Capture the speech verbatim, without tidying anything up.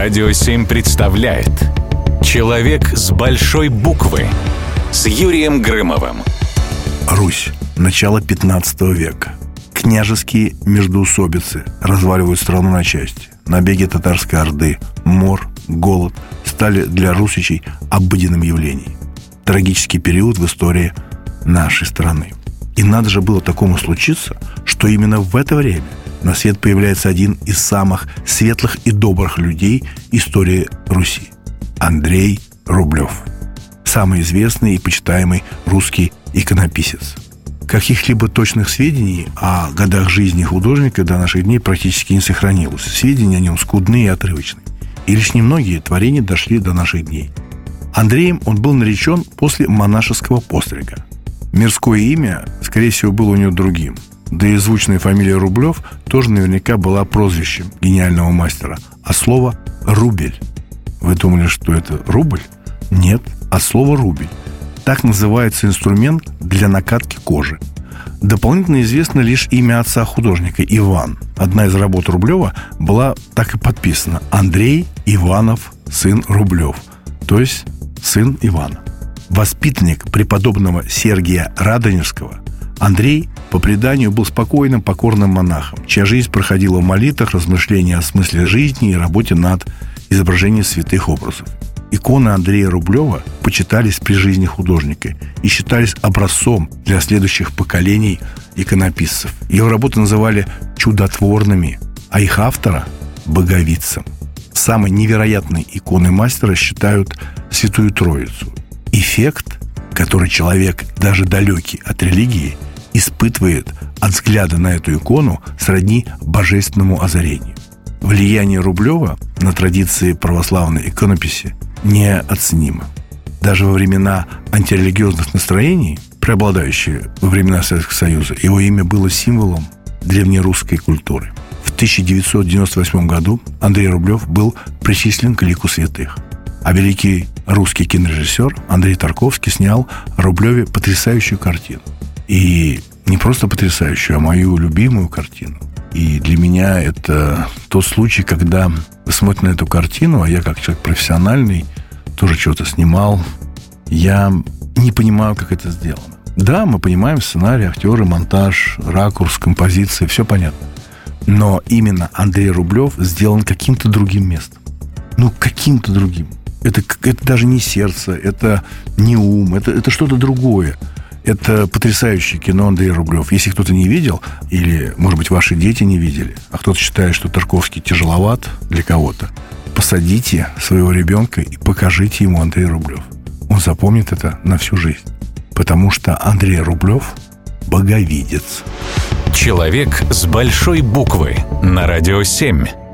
Радио семь представляет «Человек с большой буквы» с Юрием Грымовым. Русь. Начало пятнадцатого века. Княжеские междоусобицы разваливают страну на части. Набеги татарской орды, мор, голод стали для русичей обыденным явлением. Трагический период в истории нашей страны. И надо же было такому случиться, что именно в это время на свет появляется один из самых светлых и добрых людей истории Руси – Андрей Рублев. Самый известный и почитаемый русский иконописец. Каких-либо точных сведений о годах жизни художника до наших дней практически не сохранилось. Сведения о нем скудные и отрывочные. И лишь немногие творения дошли до наших дней. Андреем он был наречен после монашеского пострига. Мирское имя, скорее всего, было у него другим. Да и звучная фамилия Рублев тоже наверняка была прозвищем гениального мастера. А слово «рубель». Вы думали, что это рубль? Нет, а слово «рубель». Так называется инструмент для накатки кожи. Дополнительно известно лишь имя отца художника – Иван. Одна из работ Рублева была так и подписана: Андрей Иванов, сын Рублев, то есть сын Ивана. Воспитанник преподобного Сергия Радонежского, Андрей по преданию был спокойным, покорным монахом, чья жизнь проходила в молитвах, размышлениях о смысле жизни и работе над изображением святых образов. Иконы Андрея Рублева почитались при жизни художника и считались образцом для следующих поколений иконописцев. Его работы называли чудотворными, а их автора – боговицем. Самой невероятной иконой мастера считают Святую Троицу. Эффект, который человек, даже далекий от религии, испытывает от взгляда на эту икону, сродни божественному озарению. Влияние Рублева на традиции православной иконописи неоценимо. Даже во времена антирелигиозных настроений, преобладающие во времена Советского Союза, его имя было символом древнерусской культуры. В тысяча девятьсот девяносто восьмом году Андрей Рублев был причислен к лику святых. А великий русский кинорежиссер Андрей Тарковский снял о Рублеве потрясающую картину. И не просто потрясающую, а мою любимую картину. И для меня это тот случай, когда вы смотрите на эту картину, а я как человек профессиональный тоже что-то снимал, я не понимаю, как это сделано. Да, мы понимаем сценарий, актеры, монтаж, ракурс, композиция, все понятно. Но именно Андрей Рублев сделан каким-то другим местом. Ну, каким-то другим. Это, это даже не сердце, это не ум, это, это что-то другое. Это потрясающее кино Андрей Рублев. Если кто-то не видел, или, может быть, ваши дети не видели, а кто-то считает, что Тарковский тяжеловат для кого-то, посадите своего ребенка и покажите ему Андрея Рублев. Он запомнит это на всю жизнь. Потому что Андрей Рублев – боговидец. «Человек с большой буквы» на Радио семь.